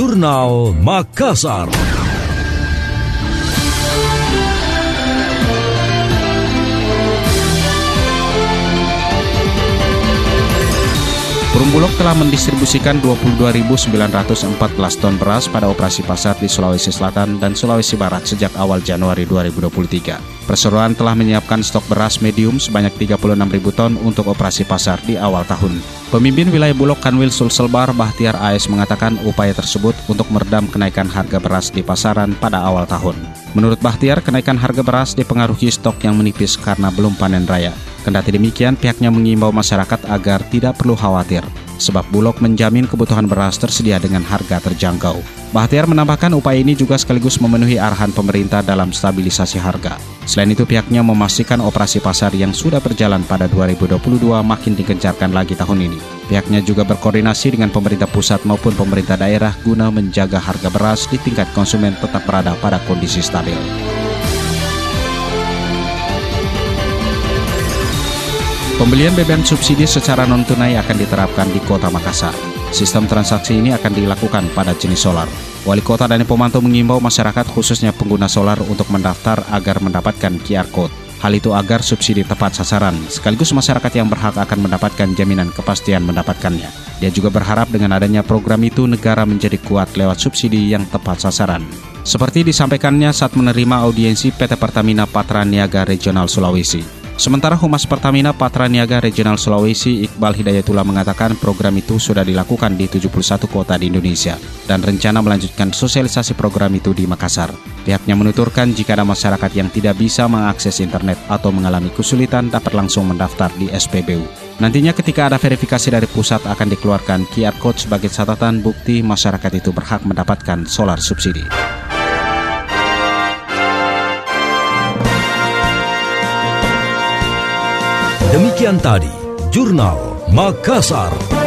Jurnal Makassar. Perumbulok telah mendistribusikan 22.914 ton beras pada operasi pasar di Sulawesi Selatan dan Sulawesi Barat sejak awal Januari 2023. Perseroan telah menyiapkan stok beras medium sebanyak 36.000 ton untuk operasi pasar di awal tahun. Pemimpin wilayah Bulog Kanwil Sulselbar Bahtiar AS mengatakan upaya tersebut untuk meredam kenaikan harga beras di pasaran pada awal tahun. Menurut Bahtiar, kenaikan harga beras dipengaruhi stok yang menipis karena belum panen raya. Kendati demikian, pihaknya mengimbau masyarakat agar tidak perlu khawatir, sebab Bulog menjamin kebutuhan beras tersedia dengan harga terjangkau. Bahtiar menambahkan upaya ini juga sekaligus memenuhi arahan pemerintah dalam stabilisasi harga. Selain itu, pihaknya memastikan operasi pasar yang sudah berjalan pada 2022 makin digencarkan lagi tahun ini. Pihaknya juga berkoordinasi dengan pemerintah pusat maupun pemerintah daerah guna menjaga harga beras di tingkat konsumen tetap berada pada kondisi stabil. Pembelian BBM subsidi secara non-tunai akan diterapkan di Kota Makassar. Sistem transaksi ini akan dilakukan pada jenis solar. Wali Kota Dani Pomanto mengimbau masyarakat khususnya pengguna solar untuk mendaftar agar mendapatkan QR Code. Hal itu agar subsidi tepat sasaran, sekaligus masyarakat yang berhak akan mendapatkan jaminan kepastian mendapatkannya. Dia juga berharap dengan adanya program itu negara menjadi kuat lewat subsidi yang tepat sasaran. Seperti disampaikannya saat menerima audiensi PT Pertamina Patra Niaga Regional Sulawesi. Sementara Humas Pertamina Patra Niaga Regional Sulawesi Iqbal Hidayatullah mengatakan program itu sudah dilakukan di 71 kota di Indonesia dan rencana melanjutkan sosialisasi program itu di Makassar. Pihaknya menuturkan jika ada masyarakat yang tidak bisa mengakses internet atau mengalami kesulitan dapat langsung mendaftar di SPBU. Nantinya ketika ada verifikasi dari pusat akan dikeluarkan QR Code sebagai catatan bukti masyarakat itu berhak mendapatkan solar subsidi. Demikian tadi Jurnal Makassar.